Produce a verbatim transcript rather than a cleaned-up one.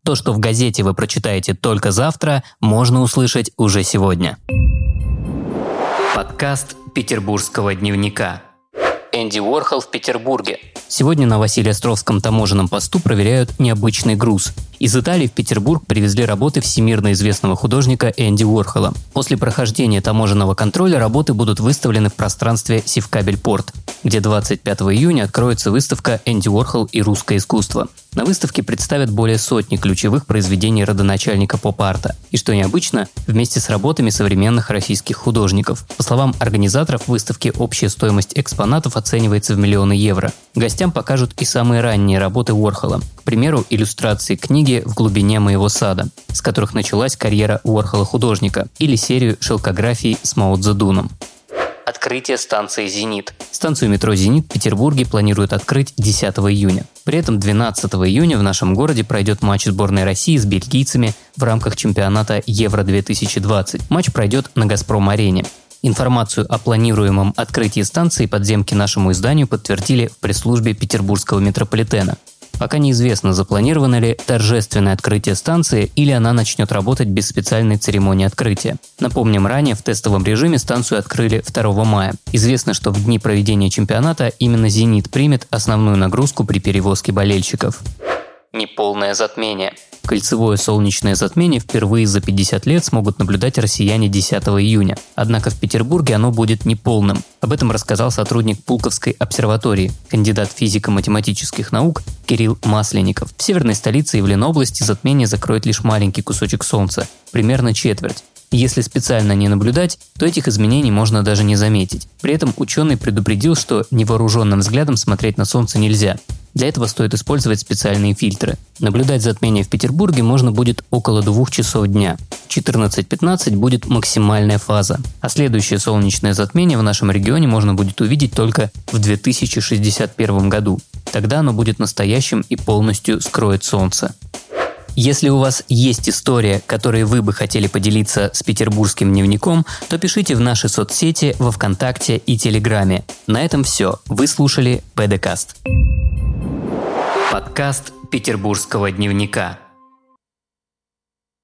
То, что в газете вы прочитаете только завтра, можно услышать уже сегодня. Подкаст Петербургского дневника. Энди Уорхол в Петербурге. Сегодня на Василеостровском таможенном посту проверяют необычный груз. Из Италии в Петербург привезли работы всемирно известного художника Энди Уорхола. После прохождения таможенного контроля работы будут выставлены в пространстве Севкабель-Порт, где двадцать пятого июня откроется выставка «Энди Уорхол и русское искусство». На выставке представят более сотни ключевых произведений родоначальника поп-арта. И что необычно, вместе с работами современных российских художников. По словам организаторов выставки, общая стоимость экспонатов оценивается в миллионы евро. Гостям покажут и самые ранние работы Уорхола. К примеру, иллюстрации книги «В глубине моего сада», с которых началась карьера Уорхола-художника, или серию шелкографий с Мао Цзэдуном. Открытие станции «Зенит». Станцию метро «Зенит» в Петербурге планируют открыть десятого июня. При этом двенадцатого июня в нашем городе пройдет матч сборной России с бельгийцами в рамках чемпионата Евро две тысячи двадцать. Матч пройдет на «Газпром-арене». Информацию о планируемом открытии станции подземки нашему изданию подтвердили в пресс-службе Петербургского метрополитена. Пока неизвестно, запланировано ли торжественное открытие станции или она начнет работать без специальной церемонии открытия. Напомним, ранее в тестовом режиме станцию открыли второго мая. Известно, что в дни проведения чемпионата именно «Зенит» примет основную нагрузку при перевозке болельщиков. Неполное затмение. Кольцевое солнечное затмение впервые за пятьдесят лет смогут наблюдать россияне десятого июня. Однако в Петербурге оно будет неполным. Об этом рассказал сотрудник Пулковской обсерватории, кандидат физико-математических наук Кирилл Масленников. В северной столице и в Ленобласти затмение закроет лишь маленький кусочек солнца, примерно четверть. Если специально не наблюдать, то этих изменений можно даже не заметить. При этом ученый предупредил, что невооруженным взглядом смотреть на солнце нельзя. Для этого стоит использовать специальные фильтры. Наблюдать затмение в Петербурге можно будет около двух часов дня. В четырнадцать пятнадцать будет максимальная фаза. А следующее солнечное затмение в нашем регионе можно будет увидеть только в две тысячи шестьдесят первом году. Тогда оно будет настоящим и полностью скроет солнце. Если у вас есть история, которой вы бы хотели поделиться с Петербургским дневником, то пишите в наши соцсети во ВКонтакте и Телеграме. На этом все. Вы слушали ПДКаст. Подкаст Петербургского дневника.